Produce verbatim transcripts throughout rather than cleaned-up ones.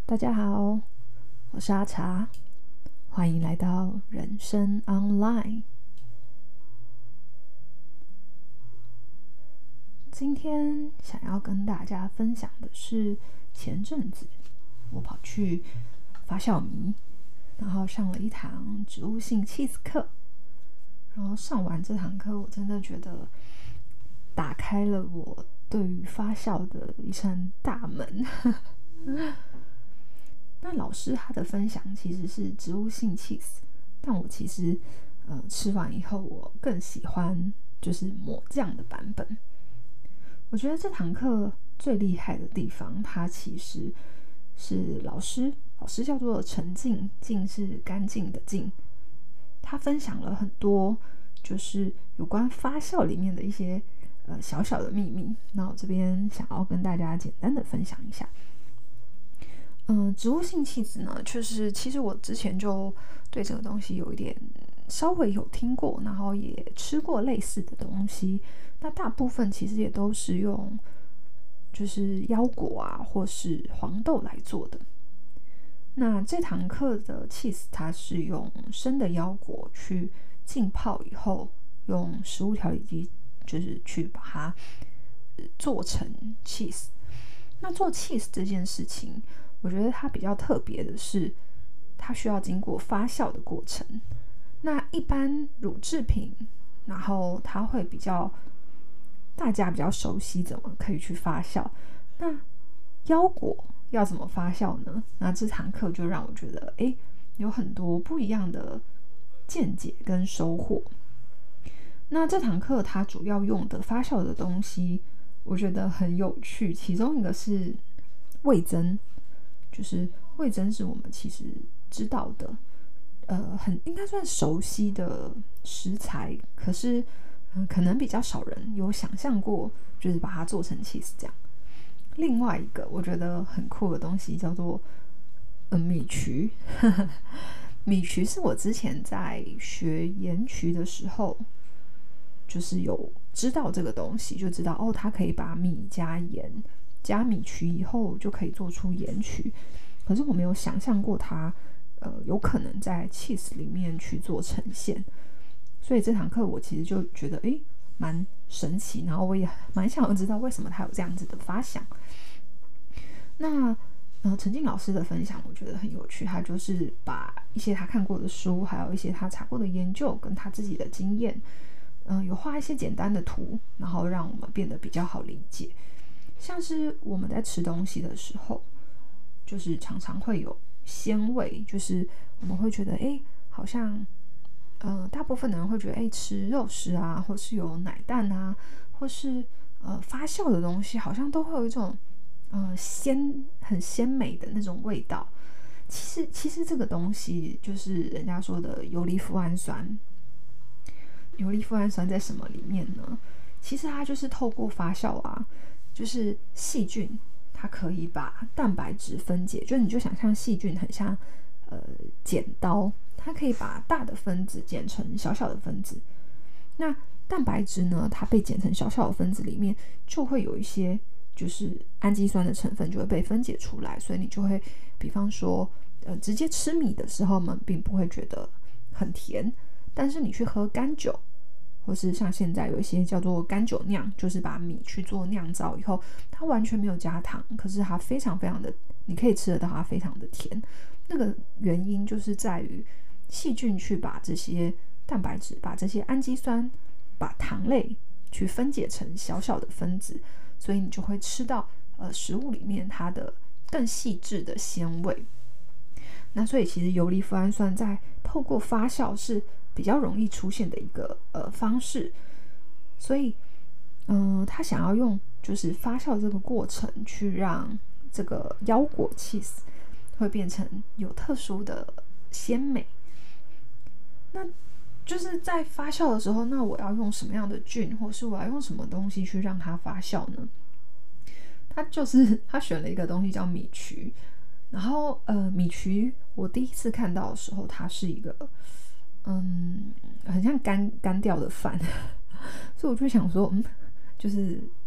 大家好，我是阿茶，欢迎来到人生 Online。今天想要跟大家分享的是，前阵子我跑去发酵迷，然后上了一堂植物性起司课。然后上完这堂课，我真的觉得打开了我对于发酵的一扇大门。那老师他的分享其实是植物性起司，但我其实呃吃完以后，我更喜欢就是抹酱的版本。我觉得这堂课最厉害的地方，它其实是老师，老师叫做陈静，静是干净的静。他分享了很多就是有关发酵里面的一些呃小小的秘密。那我这边想要跟大家简单的分享一下。嗯、呃，植物性起司呢，就是其实我之前就对这个东西有一点稍微有听过，然后也吃过类似的东西。那大部分其实也都是用就是腰果啊，或是黄豆来做的。那这堂课的起司，它是用生的腰果去浸泡以后，用食物调理机就是去把它做成起司。那做起司这件事情，我觉得它比较特别的是，它需要经过发酵的过程。那一般乳制品，然后它会比较大家比较熟悉怎么可以去发酵。那腰果要怎么发酵呢？那这堂课就让我觉得，哎，有很多不一样的见解跟收获。那这堂课它主要用的发酵的东西，我觉得很有趣。其中一个是味噌，就是味噌是我们其实知道的，呃，很应该算熟悉的食材，可是、呃、可能比较少人有想象过，就是把它做成 cheese 这样。另外一个我觉得很酷的东西叫做呃米曲。米曲是我之前在学盐曲的时候，就是有知道这个东西，就知道哦，它可以把米加盐加米曲以后就可以做出盐曲。可是我没有想象过它呃有可能在 cheese 里面去做呈现，所以这堂课我其实就觉得诶蛮神奇，然后我也蛮想要知道为什么他有这样子的发想。那呃，陈静老师的分享我觉得很有趣，他就是把一些他看过的书，还有一些他查过的研究，跟他自己的经验，呃，有画一些简单的图，然后让我们变得比较好理解。像是我们在吃东西的时候，就是常常会有鲜味，就是我们会觉得，哎，好像，呃，大部分的人会觉得，哎，吃肉食啊，或是有奶蛋啊，或是呃发酵的东西，好像都会有一种呃鲜很鲜美的那种味道。其实，其实这个东西就是人家说的游离脯氨酸。游离脯氨酸在什么里面呢？其实它就是透过发酵啊，就是细菌它可以把蛋白质分解，就你就想象细菌很像呃剪刀，它可以把大的分子剪成小小的分子。那蛋白质呢，它被剪成小小的分子里面，就会有一些就是氨基酸的成分就会被分解出来，所以你就会比方说呃直接吃米的时候，我们并不会觉得很甜，但是你去喝甘酒，或是像现在有一些叫做甘酒酿，就是把米去做酿造以后，它完全没有加糖，可是它非常非常的，你可以吃得到它非常的甜。那个原因就是在于细菌去把这些蛋白质、把这些氨基酸、把糖类去分解成小小的分子，所以你就会吃到呃食物里面它的更细致的鲜味。那所以其实游离脯氨酸在透过发酵是比较容易出现的一个呃方式，所以嗯、呃，他想要用就是发酵这个过程去让这个腰果 cheese 会变成有特殊的鲜美。那就是在发酵的时候，那我要用什么样的菌，或是我要用什么东西去让它发酵呢？他就是他选了一个东西叫米曲。然后呃，米曲我第一次看到的时候，它是一个嗯，很像干干掉的饭，所以我就想说，嗯，就是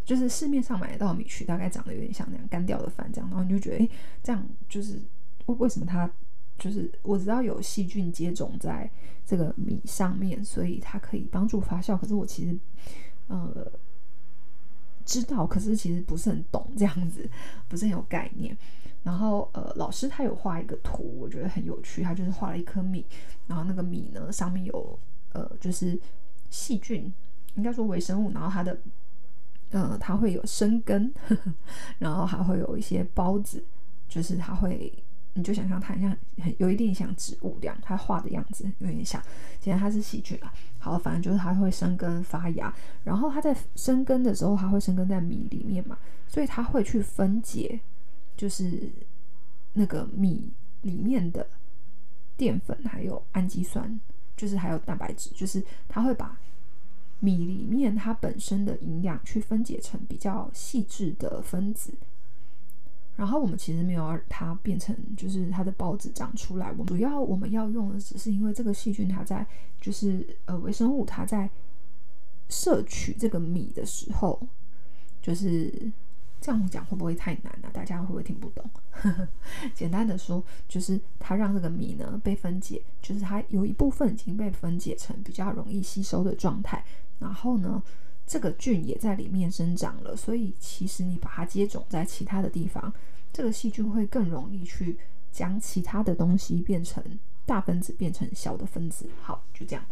就是市面上买得到的米曲大概长得有点像那样干掉的饭这样，然后你就觉得，哎，这样就是为为什么它就是我知道有细菌接种在这个米上面，所以它可以帮助发酵，可是我其实呃知道，可是其实不是很懂这样子，不是很有概念。然后呃，老师他有画一个图，我觉得很有趣，他就是画了一颗米，然后那个米呢上面有呃就是细菌，应该说微生物，然后它的呃它会有生根，呵呵，然后还会有一些孢子，就是它会。你就想象它很像，很有一点像植物这样，它画的样子有点像。其实它是细菌啦。好，反正就是它会生根发芽，然后它在生根的时候，它会生根在米里面嘛，所以它会去分解，就是那个米里面的淀粉，还有氨基酸，就是还有蛋白质，就是它会把米里面它本身的营养去分解成比较细致的分子。然后我们其实没有让它变成就是它的孢子长出来，我们主要我们要用的只是因为这个细菌它在就是呃微生物它在摄取这个米的时候，就是这样讲会不会太难啊？大家会不会听不懂？简单的说，就是它让这个米呢被分解，就是它有一部分已经被分解成比较容易吸收的状态，然后呢这个菌也在里面生长了，所以其实你把它接种在其他的地方，这个细菌会更容易去将其他的东西变成大分子，变成小的分子。好，就这样。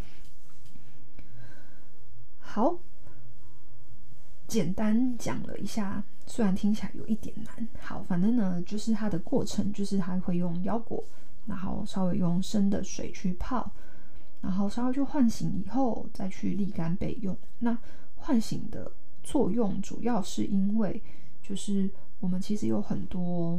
好，简单讲了一下，虽然听起来有一点难。好，反正呢，就是它的过程，就是它会用腰果，然后稍微用生的水去泡，然后稍微就唤醒以后，再去沥干备用。那唤醒的作用主要是因为就是我们其实有很多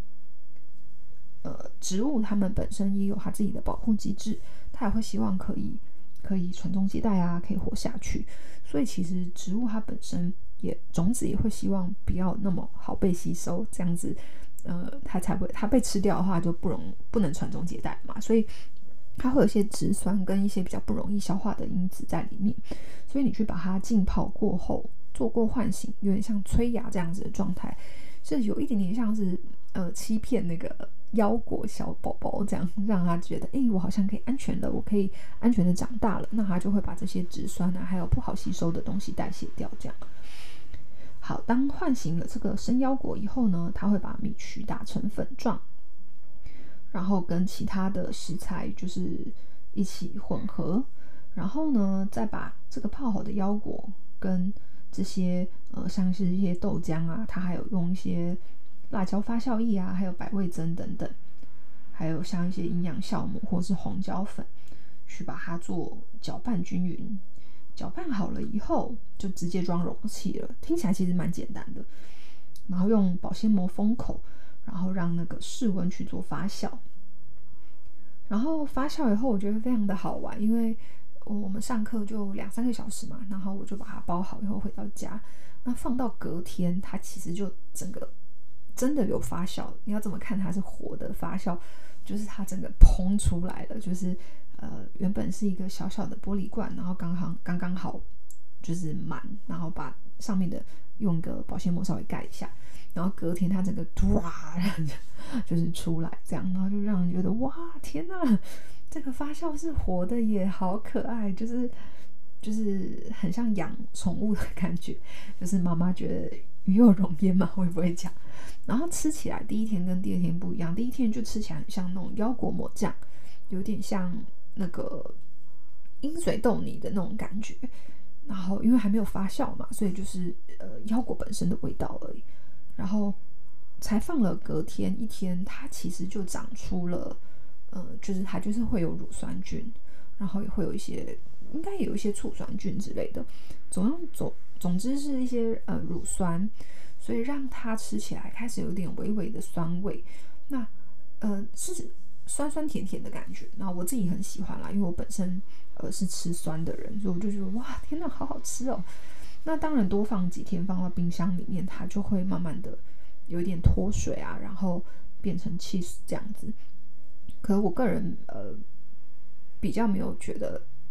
呃植物，它们本身也有它自己的保护机制，它也会希望可以可以传宗接代啊，可以活下去。所以其实植物它本身也种子也会希望不要那么好被吸收，这样子呃它才会它被吃掉的话就不容不能传宗接代嘛，所以它会有一些植酸跟一些比较不容易消化的因子在里面，所以你去把它浸泡过后做过唤醒，有点像催芽这样子的状态，是有一点点像是呃欺骗那个腰果小宝宝，这样让他觉得哎、欸，我好像可以安全了，我可以安全的长大了，那他就会把这些植酸啊还有不好吸收的东西代谢掉。这样好，当唤醒了这个生腰果以后呢，他会把米曲打成粉状，然后跟其他的食材就是一起混合，然后呢再把这个泡好的腰果跟这些呃像是一些豆浆啊，它还有用一些辣椒发酵液啊，还有百味增等等，还有像一些营养酵母或是红椒粉，去把它做搅拌均匀。搅拌好了以后，就直接装容器了。听起来其实蛮简单的。然后用保鲜膜封口，然后让那个室温去做发酵。然后发酵以后，我觉得非常的好玩，因为我们上课就两三个小时嘛，然后我就把它包好以后回到家，那放到隔天，它其实就整个真的有发酵。你要怎么看它是活的发酵？就是它整个膨出来了，就是呃原本是一个小小的玻璃罐，然后刚好刚刚好就是满，然后把上面的用个保鲜膜稍微盖一下，然后隔天它整个哇就是出来这样，然后就让人觉得哇天哪，这个发酵是活的耶，好可爱，就是就是很像养宠物的感觉，就是妈妈觉得鱼有容颜嘛，我也不会讲。然后吃起来第一天跟第二天不一样，第一天就吃起来很像那种腰果抹酱，有点像那个鹰嘴豆泥的那种感觉，然后因为还没有发酵嘛，所以就是呃腰果本身的味道而已。然后才放了隔天一天，它其实就长出了呃就是它就是会有乳酸菌，然后也会有一些应该也有一些醋酸菌之类的，总总总之是一些呃乳酸，所以让它吃起来开始有点微微的酸味，那呃是酸酸甜甜的感觉，然后我自己很喜欢啦，因为我本身呃是吃酸的人，所以我就觉得哇天哪，好好吃哦。那当然多放几天放到冰箱里面，它就会慢慢的有一点脱水啊，然后变成 cheese 这样子。可是我个人呃比较没有觉得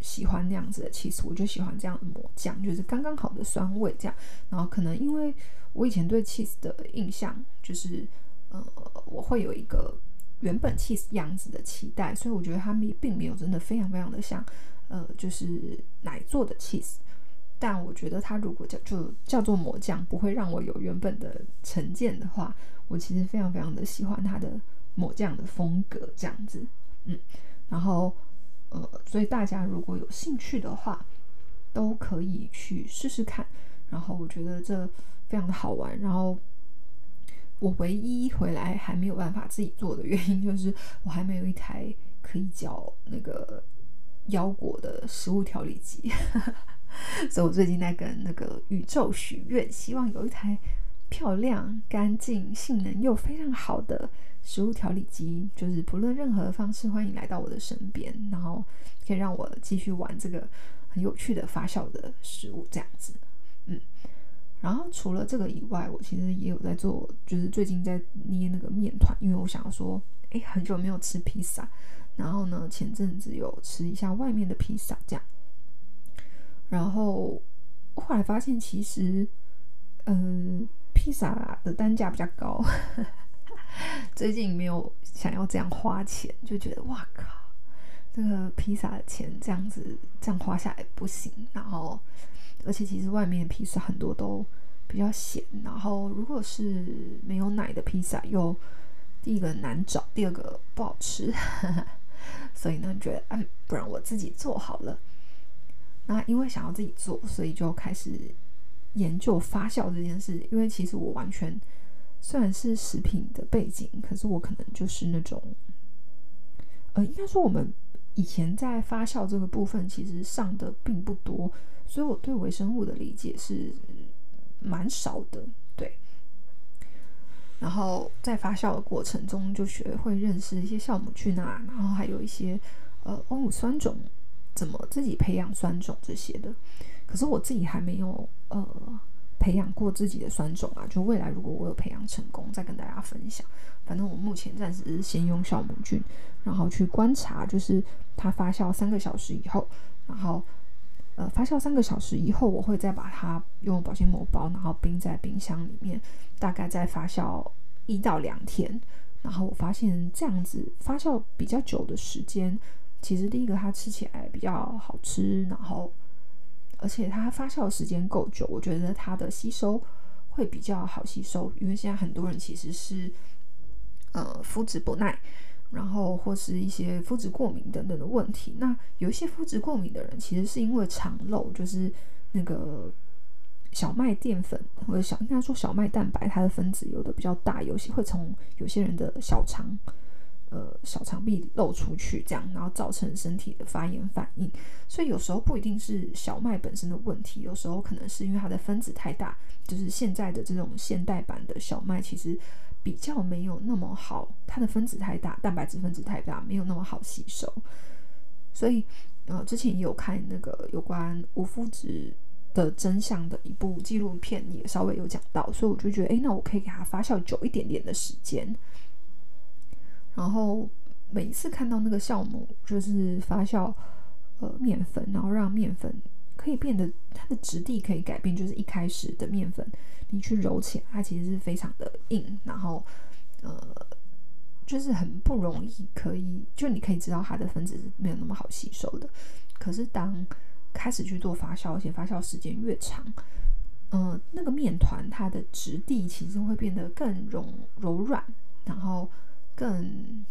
喜欢那样子的 cheese， 我就喜欢这样的抹酱，就是刚刚好的酸味这样。然后可能因为我以前对 cheese 的印象就是呃我会有一个原本 cheese 样子的期待，所以我觉得它并没有真的非常非常的像呃就是奶做的 cheese。但我觉得它如果叫就叫做抹酱，不会让我有原本的成见的话，我其实非常非常的喜欢它的抹酱的风格这样子。嗯，然后呃，所以大家如果有兴趣的话，都可以去试试看。然后我觉得这非常的好玩。然后我唯一回来还没有办法自己做的原因，就是我还没有一台可以搅那个腰果的食物调理机。所以我最近在跟那个宇宙许愿，希望有一台漂亮、干净、性能又非常好的食物调理机，就是不论任何方式，欢迎来到我的身边，然后可以让我继续玩这个很有趣的发酵的食物，这样子。嗯，然后除了这个以外，我其实也有在做，就是最近在捏那个面团，因为我想要说，哎，很久没有吃披萨，然后呢，前阵子有吃一下外面的披萨，这样。然后后来发现，其实，嗯、呃，披萨的单价比较高，最近没有想要这样花钱，就觉得哇靠，这个披萨的钱这样子这样花下来不行。然后，而且其实外面的披萨很多都比较咸，然后如果是没有奶的披萨，又第一个难找，第二个不好吃，所以呢，觉得嗯，不然我自己做好了。那因为想要自己做，所以就开始研究发酵这件事。因为其实我完全虽然是食品的背景，可是我可能就是那种，呃，应该说我们以前在发酵这个部分其实上的并不多，所以我对微生物的理解是蛮少的，对。然后在发酵的过程中，就学会认识一些酵母菌啊，然后还有一些呃欧姆酸种。怎么自己培养酸种这些的，可是我自己还没有呃培养过自己的酸种啊。就未来如果我有培养成功，再跟大家分享。反正我目前暂时是先用酵母菌，然后去观察，就是它发酵三个小时以后，然后呃发酵三个小时以后，我会再把它用保鲜膜包，然后冰在冰箱里面，大概再发酵一到两天。然后我发现这样子发酵比较久的时间。其实第一个它吃起来比较好吃，然后而且它发酵的时间够久，我觉得它的吸收会比较好吸收。因为现在很多人其实是呃肤质不耐，然后或是一些肤质过敏等等的问题。那有一些肤质过敏的人其实是因为肠漏，就是那个小麦淀粉或者小应该说小麦蛋白，它的分子有的比较大，有些会从有些人的小肠呃，小肠壁漏出去，这样，然后造成身体的发炎反应。所以有时候不一定是小麦本身的问题，有时候可能是因为它的分子太大，就是现在的这种现代版的小麦其实比较没有那么好，它的分子太大，蛋白质分子太大，没有那么好吸收。所以呃，之前也有看那个有关无麸质的真相的一部纪录片，也稍微有讲到，所以我就觉得，哎，那我可以给它发酵久一点点的时间。然后每一次看到那个酵母就是发酵呃面粉，然后让面粉可以变得它的质地可以改变，就是一开始的面粉你去揉起来，它其实是非常的硬，然后呃就是很不容易可以，就你可以知道它的分子是没有那么好吸收的。可是当开始去做发酵，而且发酵时间越长，呃那个面团它的质地其实会变得更柔柔软，然后更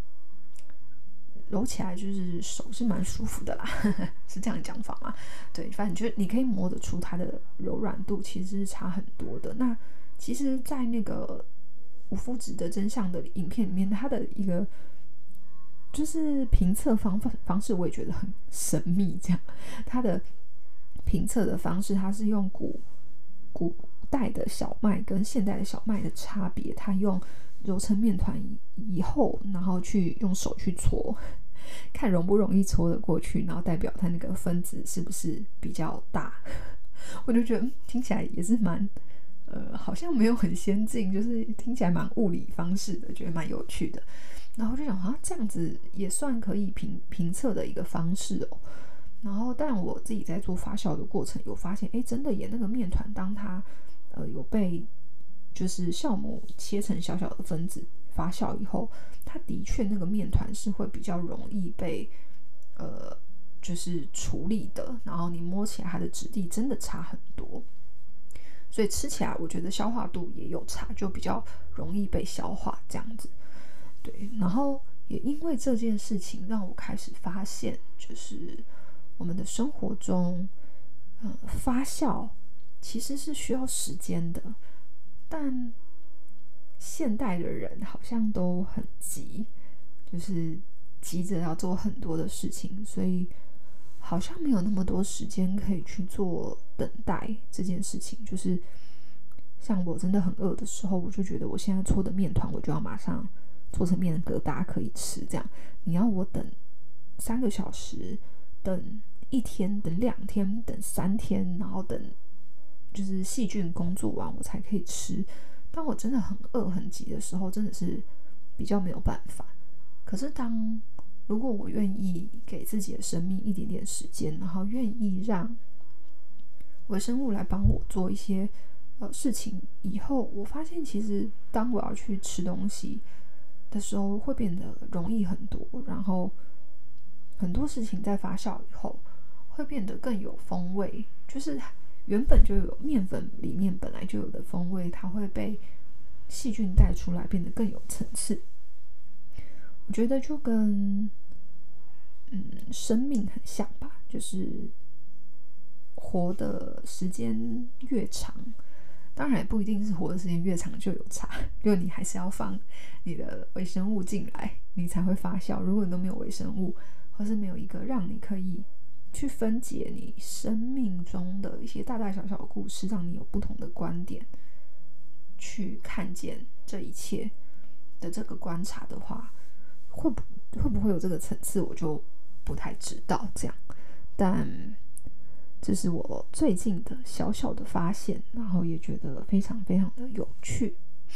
揉起来就是手是蛮舒服的啦，是这样讲法吗？对，反正就你可以摸得出它的柔软度其实是差很多的。那其实在那个无麸质的真相的影片里面，它的一个就是评测方方式我也觉得很神秘，这样它的评测的方式，它是用古古代的小麦跟现代的小麦的差别，它用揉成面团以后，然后去用手去搓，看容不容易搓得过去，然后代表它那个分子是不是比较大。我就觉得听起来也是蛮呃，好像没有很先进，就是听起来蛮物理方式的，觉得蛮有趣的。然后就想啊，这样子也算可以评评测的一个方式哦。 然后但我自己在做发酵的过程有发现，哎，真的耶，那个面团当它呃有被就是酵母切成小小的分子发酵以后，它的确那个面团是会比较容易被呃就是处理的，然后你摸起来它的质地真的差很多，所以吃起来我觉得消化度也有差，就比较容易被消化这样子。对，然后也因为这件事情让我开始发现，就是我们的生活中，呃，发酵其实是需要时间的，但现代的人好像都很急，就是急着要做很多的事情，所以好像没有那么多时间可以去做等待这件事情。就是像我真的很饿的时候，我就觉得我现在搓的面团，我就要马上做成面疙瘩可以吃。这样你要我等三个小时，等一天，等两天，等三天，然后等就是细菌工作完我才可以吃。当我真的很饿很急的时候，真的是比较没有办法。可是当如果我愿意给自己的生命一点点时间，然后愿意让微生物来帮我做一些呃事情以后，我发现其实当我要去吃东西的时候会变得容易很多，然后很多事情在发酵以后会变得更有风味，就是原本就有面粉里面本来就有的风味，它会被细菌带出来，变得更有层次。我觉得就跟嗯生命很像吧，就是活的时间越长，当然也不一定是活的时间越长就有差，因为你还是要放你的微生物进来，你才会发酵。如果你都没有微生物，或是没有一个让你可以去分解你生命中的一些大大小小的故事，让你有不同的观点去看见这一切的这个观察的话，会不会不会有这个层次，我就不太知道。这样，但这是我最近的小小的发现，然后也觉得非常非常的有趣。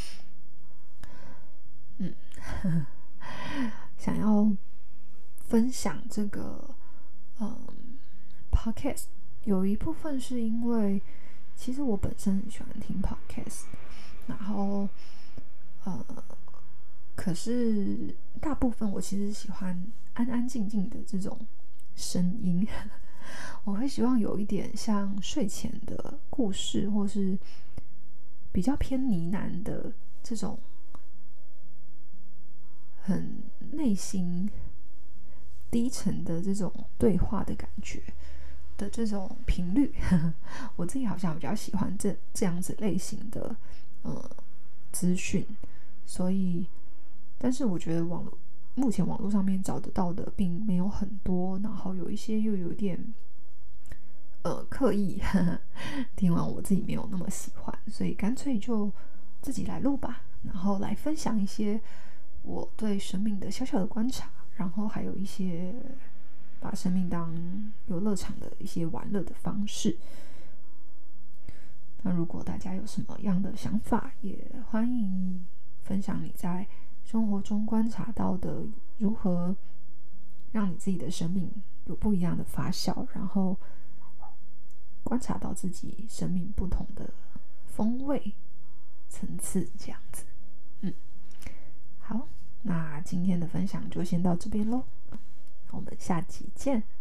嗯，想要分享这个嗯 podcast， 有一部分是因为其实我本身很喜欢听 podcast， 然后呃，可是大部分我其实喜欢安安静静的这种声音。我会希望有一点像睡前的故事，或是比较偏呢喃的这种很内心低沉的这种对话的感觉的这种频率。我自己好像比较喜欢这这样子类型的呃资讯，所以但是我觉得网络目前网络上面找得到的并没有很多，然后有一些又有点呃刻意呵呵听完我自己没有那么喜欢，所以干脆就自己来录吧，然后来分享一些我对生命的小小的观察，然后还有一些把生命当游乐场的一些玩乐的方式。那如果大家有什么样的想法，也欢迎分享你在生活中观察到的如何让你自己的生命有不一样的发酵，然后观察到自己生命不同的风味层次这样子。嗯，好，那今天的分享就先到这边咯，我们下期见。